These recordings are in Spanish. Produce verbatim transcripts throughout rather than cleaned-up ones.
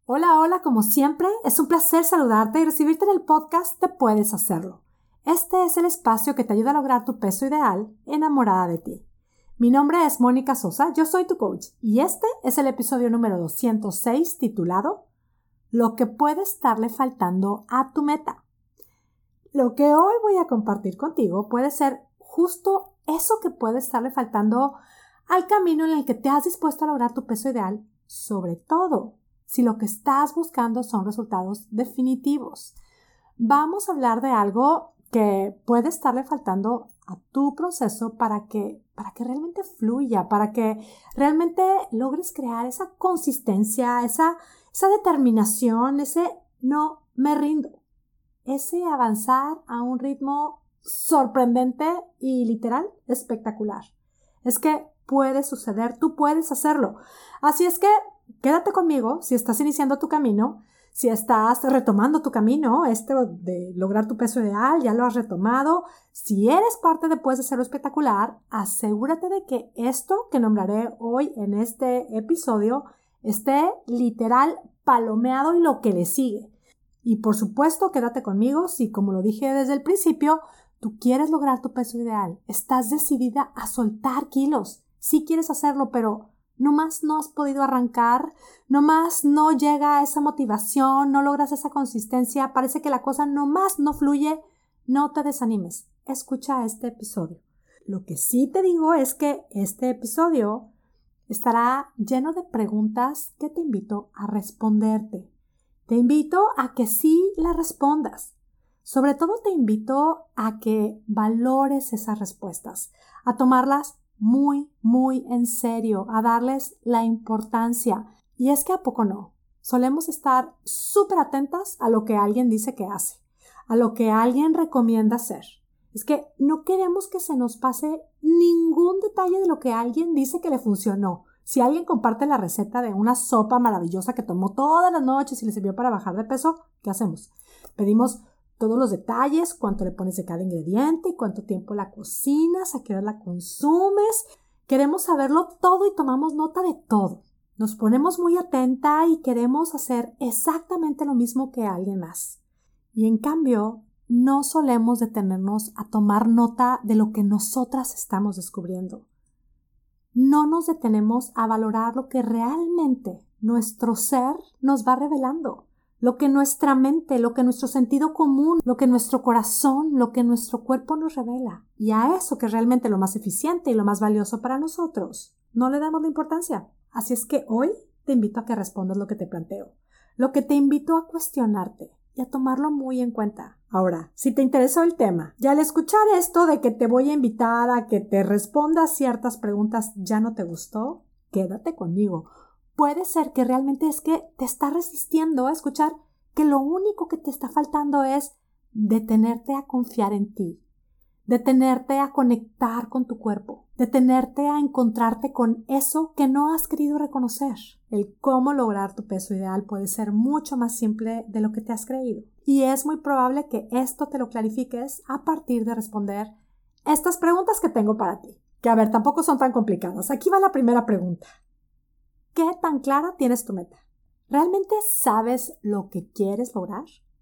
Hola, hola, como siempre, es un placer saludarte y recibirte en el podcast de Puedes Hacerlo. Este es el espacio que te ayuda a lograr tu peso ideal enamorada de ti. Mi nombre es Mónica Sosa, yo soy tu coach y este es el episodio número doscientos seis titulado Lo que puede estarle faltando a tu meta. Lo que hoy voy a compartir contigo puede ser justo eso que puede estarle faltando al camino en el que te has dispuesto a lograr tu peso ideal, sobre todo si lo que estás buscando son resultados definitivos. Vamos a hablar de algo que puede estarle faltando a tu proceso para que, para que realmente fluya, para que realmente logres crear esa consistencia, esa, esa determinación, ese no me rindo, ese avanzar a un ritmo sorprendente y literal espectacular. Es que puede suceder, tú puedes hacerlo. Así es que quédate conmigo si estás iniciando tu camino, si estás retomando tu camino, este de lograr tu peso ideal, ya lo has retomado. Si eres parte de Puedes Hacerlo Espectacular, asegúrate de que esto que nombraré hoy en este episodio esté literal palomeado y lo que le sigue. Y por supuesto, quédate conmigo si, como lo dije desde el principio, tú quieres lograr tu peso ideal, estás decidida a soltar kilos. Sí quieres hacerlo, pero nomás no has podido arrancar, nomás no llega esa motivación, no logras esa consistencia, parece que la cosa nomás no fluye. No te desanimes, escucha este episodio. Lo que sí te digo es que este episodio estará lleno de preguntas que te invito a responderte. Te invito a que sí las respondas. Sobre todo te invito a que valores esas respuestas, a tomarlas muy, muy en serio, a darles la importancia. Y es que ¿a poco no? Solemos estar súper atentas a lo que alguien dice que hace, a lo que alguien recomienda hacer. Es que no queremos que se nos pase ningún detalle de lo que alguien dice que le funcionó. Si alguien comparte la receta de una sopa maravillosa que tomó todas las noches y le sirvió para bajar de peso, ¿qué hacemos? Pedimos todos los detalles, cuánto le pones de cada ingrediente, cuánto tiempo la cocinas, a qué hora la consumes. Queremos saberlo todo y tomamos nota de todo. Nos ponemos muy atenta y queremos hacer exactamente lo mismo que alguien más. Y en cambio, no solemos detenernos a tomar nota de lo que nosotras estamos descubriendo. No nos detenemos a valorar lo que realmente nuestro ser nos va revelando. Lo que nuestra mente, lo que nuestro sentido común, lo que nuestro corazón, lo que nuestro cuerpo nos revela. Y a eso que es realmente lo más eficiente y lo más valioso para nosotros, no le damos la importancia. Así es que hoy te invito a que respondas lo que te planteo. Lo que te invito a cuestionarte y a tomarlo muy en cuenta. Ahora, si te interesó el tema, y al escuchar esto de que te voy a invitar a que te respondas ciertas preguntas ya no te gustó, quédate conmigo. Puede ser que realmente es que te está resistiendo a escuchar que lo único que te está faltando es detenerte a confiar en ti, detenerte a conectar con tu cuerpo, detenerte a encontrarte con eso que no has querido reconocer. El cómo lograr tu peso ideal puede ser mucho más simple de lo que te has creído. Y es muy probable que esto te lo clarifiques a partir de responder estas preguntas que tengo para ti. Que a ver, tampoco son tan complicadas. Aquí va la primera pregunta. ¿Qué tan clara tienes tu meta? ¿Realmente sabes lo que quieres lograr?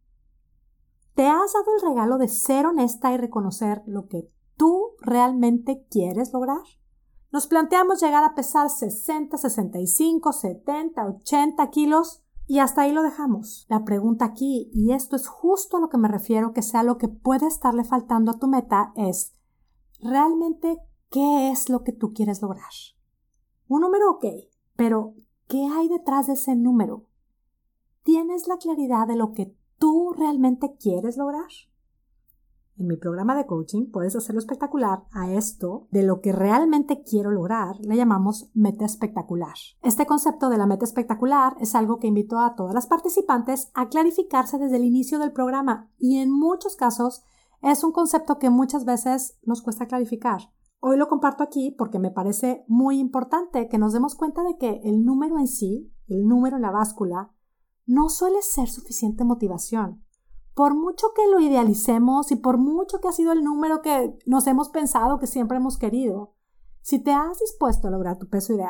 ¿Te has dado el regalo de ser honesta y reconocer lo que tú realmente quieres lograr? Nos planteamos llegar a pesar sesenta, sesenta y cinco, setenta, ochenta kilos y hasta ahí lo dejamos. La pregunta aquí, y esto es justo a lo que me refiero que sea lo que puede estarle faltando a tu meta, es ¿realmente qué es lo que tú quieres lograr? Un número, ok. Pero, ¿qué hay detrás de ese número? ¿Tienes la claridad de lo que tú realmente quieres lograr? En mi programa de coaching Puedes Hacerlo Espectacular, a esto de lo que realmente quiero lograr le llamamos meta espectacular. Este concepto de la meta espectacular es algo que invito a todas las participantes a clarificarse desde el inicio del programa y en muchos casos es un concepto que muchas veces nos cuesta clarificar. Hoy lo comparto aquí porque me parece muy importante que nos demos cuenta de que el número en sí, el número en la báscula, no suele ser suficiente motivación. Por mucho que lo idealicemos y por mucho que ha sido el número que nos hemos pensado que siempre hemos querido, si te has dispuesto a lograr tu peso ideal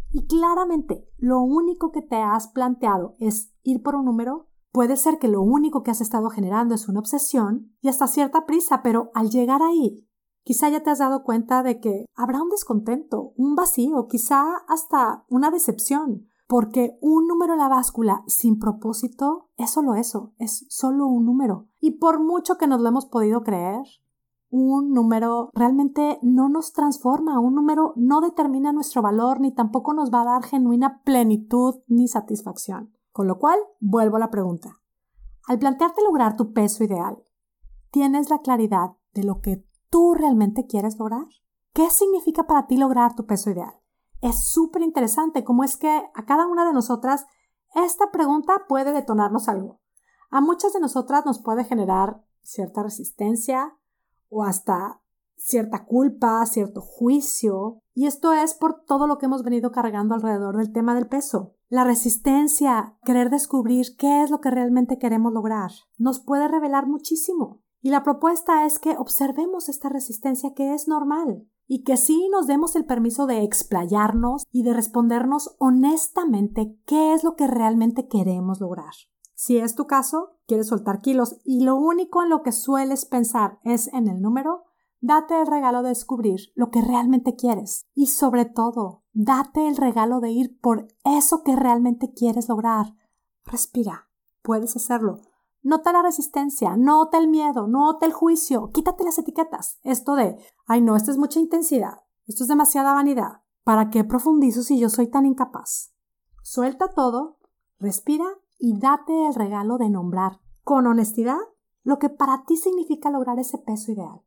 y claramente lo único que te has planteado es ir por un número, puede ser que lo único que has estado generando es una obsesión y hasta cierta prisa, pero al llegar ahí, quizá ya te has dado cuenta de que habrá un descontento, un vacío, quizá hasta una decepción, porque un número en la báscula sin propósito es solo eso, es solo un número. Y por mucho que nos lo hemos podido creer, un número realmente no nos transforma, un número no determina nuestro valor ni tampoco nos va a dar genuina plenitud ni satisfacción. Con lo cual, vuelvo a la pregunta. Al plantearte lograr tu peso ideal, ¿tienes la claridad de lo que tú realmente quieres lograr? ¿Qué significa para ti lograr tu peso ideal? Es súper interesante cómo es que a cada una de nosotras esta pregunta puede detonarnos algo. A muchas de nosotras nos puede generar cierta resistencia o hasta cierta culpa, cierto juicio. Y esto es por todo lo que hemos venido cargando alrededor del tema del peso. La resistencia, querer descubrir qué es lo que realmente queremos lograr, nos puede revelar muchísimo. Y la propuesta es que observemos esta resistencia que es normal y que sí nos demos el permiso de explayarnos y de respondernos honestamente qué es lo que realmente queremos lograr. Si es tu caso, quieres soltar kilos y lo único en lo que sueles pensar es en el número, date el regalo de descubrir lo que realmente quieres y sobre todo, date el regalo de ir por eso que realmente quieres lograr. Respira, puedes hacerlo. Nota la resistencia, nota el miedo, nota el juicio, quítate las etiquetas. Esto de, ay no, esto es mucha intensidad, esto es demasiada vanidad. ¿Para qué profundizo si yo soy tan incapaz? Suelta todo, respira y date el regalo de nombrar con honestidad lo que para ti significa lograr ese peso ideal.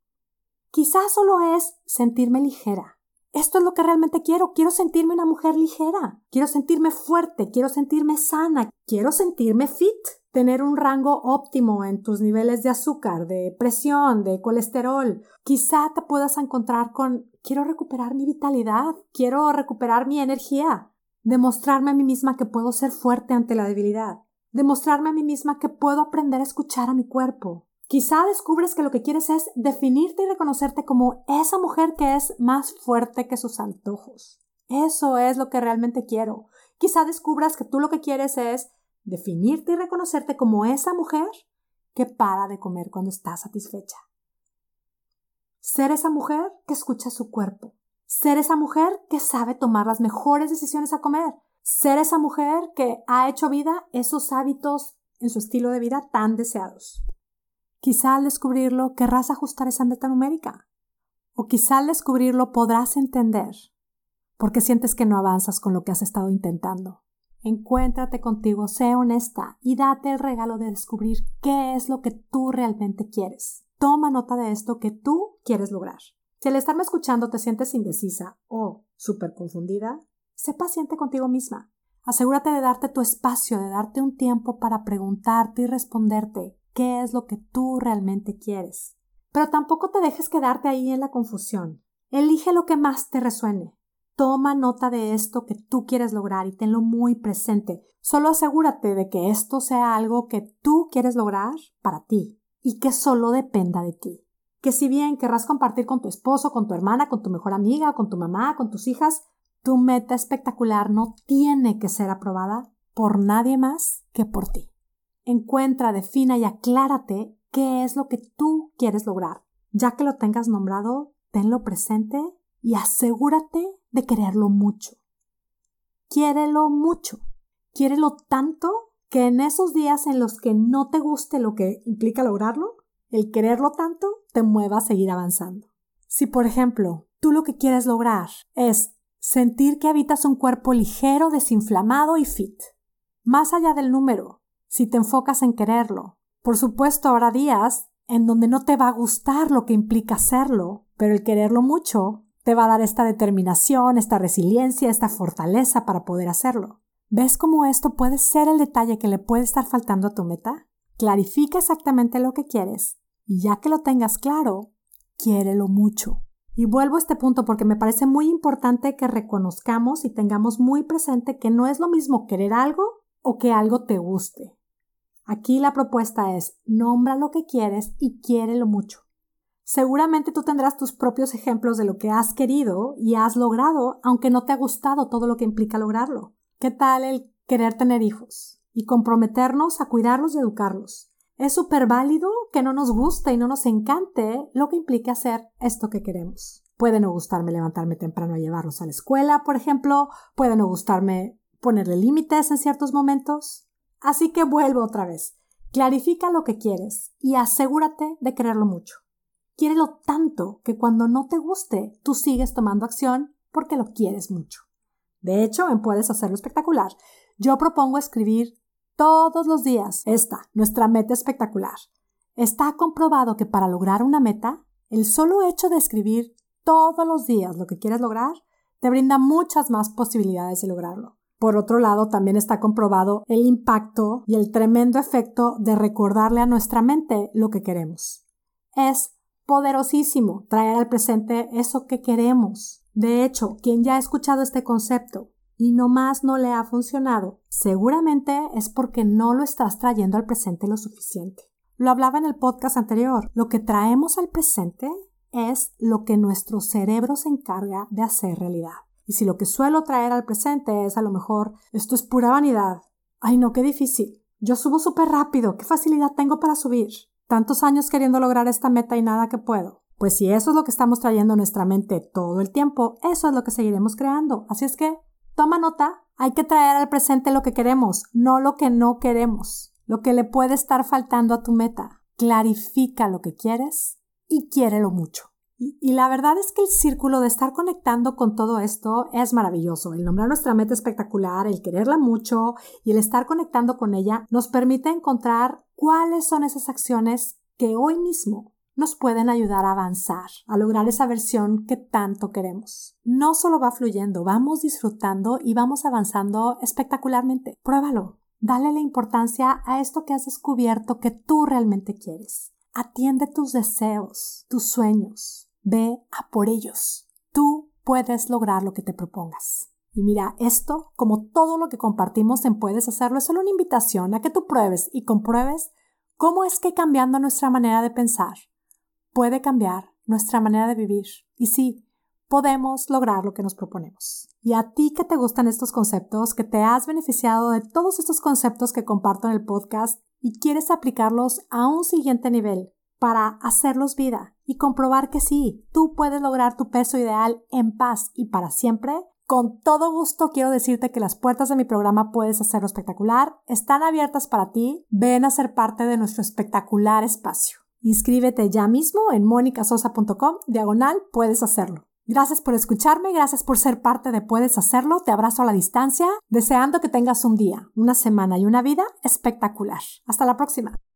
Quizás solo es sentirme ligera. Esto es lo que realmente quiero. Quiero sentirme una mujer ligera. Quiero sentirme fuerte. Quiero sentirme sana. Quiero sentirme fit. Tener un rango óptimo en tus niveles de azúcar, de presión, de colesterol. Quizá te puedas encontrar con quiero recuperar mi vitalidad. Quiero recuperar mi energía. Demostrarme a mí misma que puedo ser fuerte ante la debilidad. Demostrarme a mí misma que puedo aprender a escuchar a mi cuerpo. Quizá descubres que lo que quieres es definirte y reconocerte como esa mujer que es más fuerte que sus antojos. Eso es lo que realmente quiero. Quizá descubras que tú lo que quieres es definirte y reconocerte como esa mujer que para de comer cuando está satisfecha. Ser esa mujer que escucha su cuerpo. Ser esa mujer que sabe tomar las mejores decisiones a comer. Ser esa mujer que ha hecho vida esos hábitos en su estilo de vida tan deseados. Quizá al descubrirlo querrás ajustar esa meta numérica. O quizá al descubrirlo podrás entender por qué sientes que no avanzas con lo que has estado intentando. Encuéntrate contigo, sé honesta y date el regalo de descubrir qué es lo que tú realmente quieres. Toma nota de esto que tú quieres lograr. Si al estarme escuchando te sientes indecisa o súper confundida, sé paciente contigo misma. Asegúrate de darte tu espacio, de darte un tiempo para preguntarte y responderte qué es lo que tú realmente quieres. Pero tampoco te dejes quedarte ahí en la confusión. Elige lo que más te resuene. Toma nota de esto que tú quieres lograr y tenlo muy presente. Solo asegúrate de que esto sea algo que tú quieres lograr para ti y que solo dependa de ti. Que si bien querrás compartir con tu esposo, con tu hermana, con tu mejor amiga, con tu mamá, con tus hijas, tu meta espectacular no tiene que ser aprobada por nadie más que por ti. Encuentra, defina y aclárate qué es lo que tú quieres lograr. Ya que lo tengas nombrado, tenlo presente y asegúrate de quererlo mucho. Quiérelo mucho. Quiérelo tanto que en esos días en los que no te guste lo que implica lograrlo, el quererlo tanto te mueva a seguir avanzando. Si, por ejemplo, tú lo que quieres lograr es sentir que habitas un cuerpo ligero, desinflamado y fit, más allá del número, si te enfocas en quererlo, por supuesto habrá días en donde no te va a gustar lo que implica hacerlo, pero el quererlo mucho te va a dar esta determinación, esta resiliencia, esta fortaleza para poder hacerlo. ¿Ves cómo esto puede ser el detalle que le puede estar faltando a tu meta? Clarifica exactamente lo que quieres y ya que lo tengas claro, quiérelo mucho. Y vuelvo a este punto porque me parece muy importante que reconozcamos y tengamos muy presente que no es lo mismo querer algo o que algo te guste. Aquí la propuesta es nombra lo que quieres y quiérelo mucho. Seguramente tú tendrás tus propios ejemplos de lo que has querido y has logrado, aunque no te ha gustado todo lo que implica lograrlo. ¿Qué tal el querer tener hijos y comprometernos a cuidarlos y educarlos? Es súper válido que no nos guste y no nos encante lo que implica hacer esto que queremos. Puede no gustarme levantarme temprano a llevarlos a la escuela, por ejemplo. Puede no gustarme ponerle límites en ciertos momentos. Así que vuelvo otra vez. Clarifica lo que quieres y asegúrate de quererlo mucho. Quiérelo tanto que cuando no te guste, tú sigues tomando acción porque lo quieres mucho. De hecho, en Puedes Hacerlo Espectacular, yo propongo escribir todos los días esta, nuestra meta espectacular. Está comprobado que para lograr una meta, el solo hecho de escribir todos los días lo que quieres lograr te brinda muchas más posibilidades de lograrlo. Por otro lado, también está comprobado el impacto y el tremendo efecto de recordarle a nuestra mente lo que queremos. Es poderosísimo traer al presente eso que queremos. De hecho, quien ya ha escuchado este concepto y nomás no le ha funcionado, seguramente es porque no lo estás trayendo al presente lo suficiente. Lo hablaba en el podcast anterior. Lo que traemos al presente es lo que nuestro cerebro se encarga de hacer realidad. Y si lo que suelo traer al presente es a lo mejor, esto es pura vanidad. Ay no, qué difícil. Yo subo súper rápido. ¿Qué facilidad tengo para subir? Tantos años queriendo lograr esta meta y nada que puedo. Pues si eso es lo que estamos trayendo a nuestra mente todo el tiempo, eso es lo que seguiremos creando. Así es que, toma nota. Hay que traer al presente lo que queremos, no lo que no queremos. Lo que le puede estar faltando a tu meta. Clarifica lo que quieres y quiérelo mucho. Y, y la verdad es que el círculo de estar conectando con todo esto es maravilloso. El nombrar nuestra meta espectacular, el quererla mucho y el estar conectando con ella nos permite encontrar cuáles son esas acciones que hoy mismo nos pueden ayudar a avanzar, a lograr esa versión que tanto queremos. No solo va fluyendo, vamos disfrutando y vamos avanzando espectacularmente. Pruébalo. Dale la importancia a esto que has descubierto que tú realmente quieres. Atiende tus deseos, tus sueños. Ve a por ellos. Tú puedes lograr lo que te propongas. Y mira, esto, como todo lo que compartimos en Puedes Hacerlo, es solo una invitación a que tú pruebes y compruebes cómo es que cambiando nuestra manera de pensar puede cambiar nuestra manera de vivir. Y sí, podemos lograr lo que nos proponemos. Y a ti que te gustan estos conceptos, que te has beneficiado de todos estos conceptos que comparto en el podcast y quieres aplicarlos a un siguiente nivel para hacerlos vida y comprobar que sí, tú puedes lograr tu peso ideal en paz y para siempre, con todo gusto quiero decirte que las puertas de mi programa Puedes Hacerlo Espectacular están abiertas para ti. Ven a ser parte de nuestro espectacular espacio. Inscríbete ya mismo en monicasosa.com diagonal Puedes Hacerlo. Gracias por escucharme, gracias por ser parte de Puedes Hacerlo. Te abrazo a la distancia, deseando que tengas un día, una semana y una vida espectacular. Hasta la próxima.